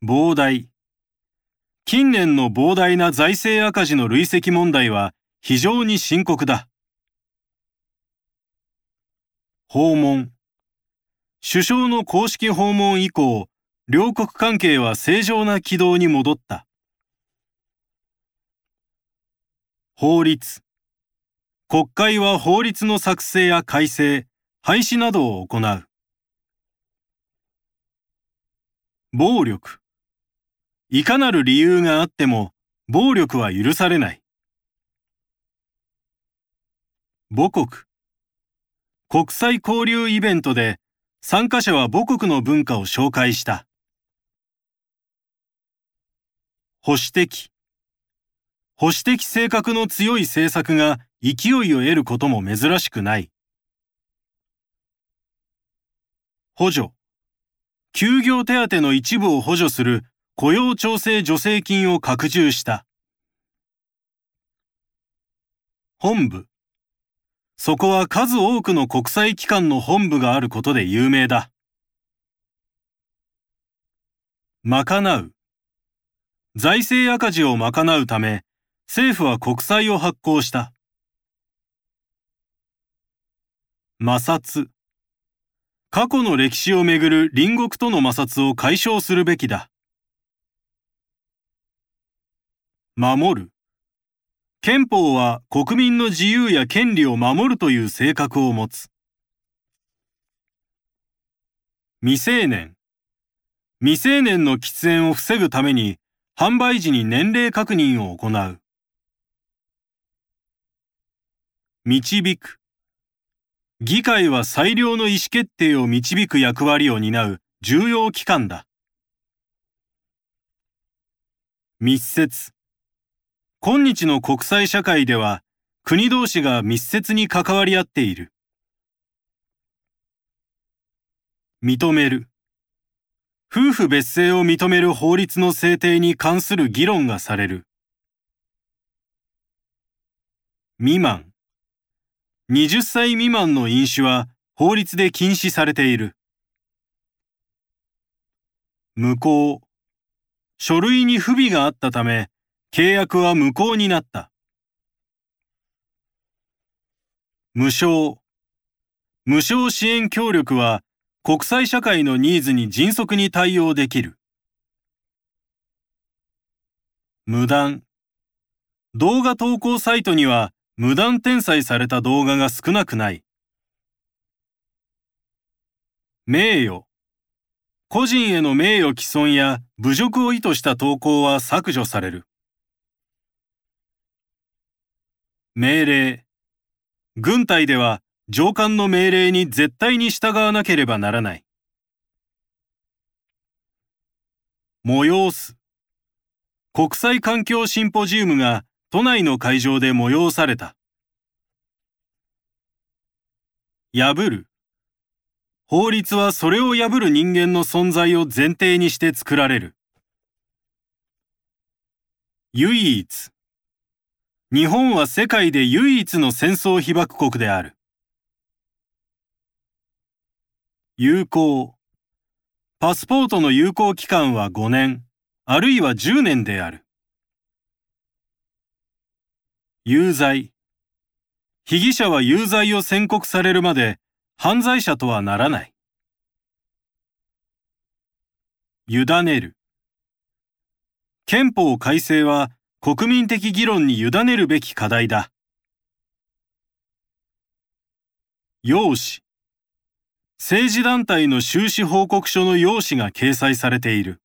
膨大。近年の膨大な財政赤字の累積問題は非常に深刻だ。訪問。首相の公式訪問以降、両国関係は正常な軌道に戻った。法律。国会は法律の作成や改正、廃止などを行う。暴力。いかなる理由があっても、暴力は許されない。母国。国際交流イベントで、参加者は母国の文化を紹介した。保守的。保守的性格の強い政策が勢いを得ることも珍しくない。補助。休業手当の一部を補助する雇用調整助成金を拡充した。本部。そこは数多くの国際機関の本部があることで有名だ。賄う。財政赤字を賄うため、政府は国債を発行した。摩擦。過去の歴史をめぐる隣国との摩擦を解消するべきだ。守る。憲法は国民の自由や権利を守るという性格を持つ。未成年。未成年の喫煙を防ぐために、販売時に年齢確認を行う。導く。議会は最良の意思決定を導く役割を担う重要機関だ。密接。今日の国際社会では、国同士が密接に関わり合っている。認める。夫婦別姓を認める法律の制定に関する議論がされる。未満。20歳未満の飲酒は法律で禁止されている。無効。書類に不備があったため、契約は無効になった。無償。無償支援協力は国際社会のニーズに迅速に対応できる。無断。動画投稿サイトには無断転載された動画が少なくない。名誉。個人への名誉毀損や侮辱を意図した投稿は削除される。命令。軍隊では上官の命令に絶対に従わなければならない。催す。国際環境シンポジウムが都内の会場で催された。破る。法律はそれを破る人間の存在を前提にして作られる。唯一。日本は世界で唯一の戦争被爆国である。有効。パスポートの有効期間は5年、あるいは10年である。有罪。被疑者は有罪を宣告されるまで犯罪者とはならない。委ねる。憲法改正は国民的議論に委ねるべき課題だ。要旨。政治団体の収支報告書の要旨が掲載されている。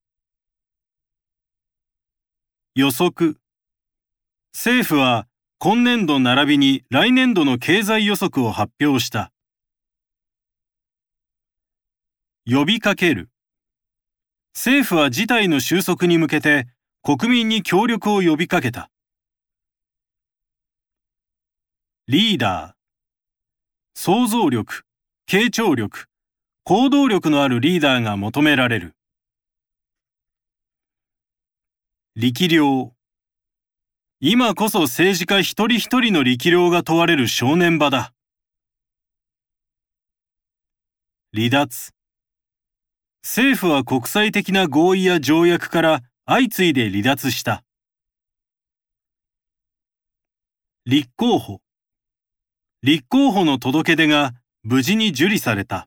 予測。政府は今年度並びに来年度の経済予測を発表した。呼びかける。政府は事態の収束に向けて国民に協力を呼びかけた。リーダー。想像力、傾聴力、行動力のあるリーダーが求められる。力量。今こそ政治家一人一人の力量が問われる正念場だ。離脱。 政府は国際的な合意や条約から相次いで離脱した。立候補。立候補の届け出が無事に受理された。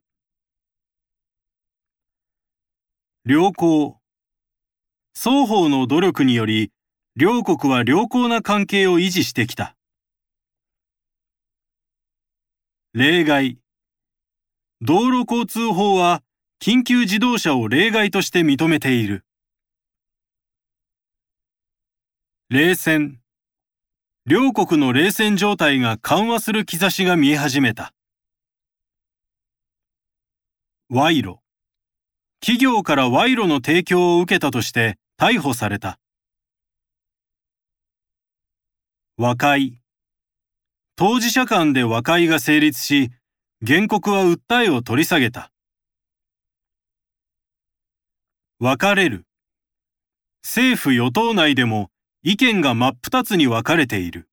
良好。双方の努力により、両国は良好な関係を維持してきた。例外。道路交通法は緊急自動車を例外として認めている。冷戦。両国の冷戦状態が緩和する兆しが見え始めた。賄賂。企業から賄賂の提供を受けたとして逮捕された。和解。当事者間で和解が成立し、原告は訴えを取り下げた。分かれる。政府与党内でも意見が真っ二つに分かれている。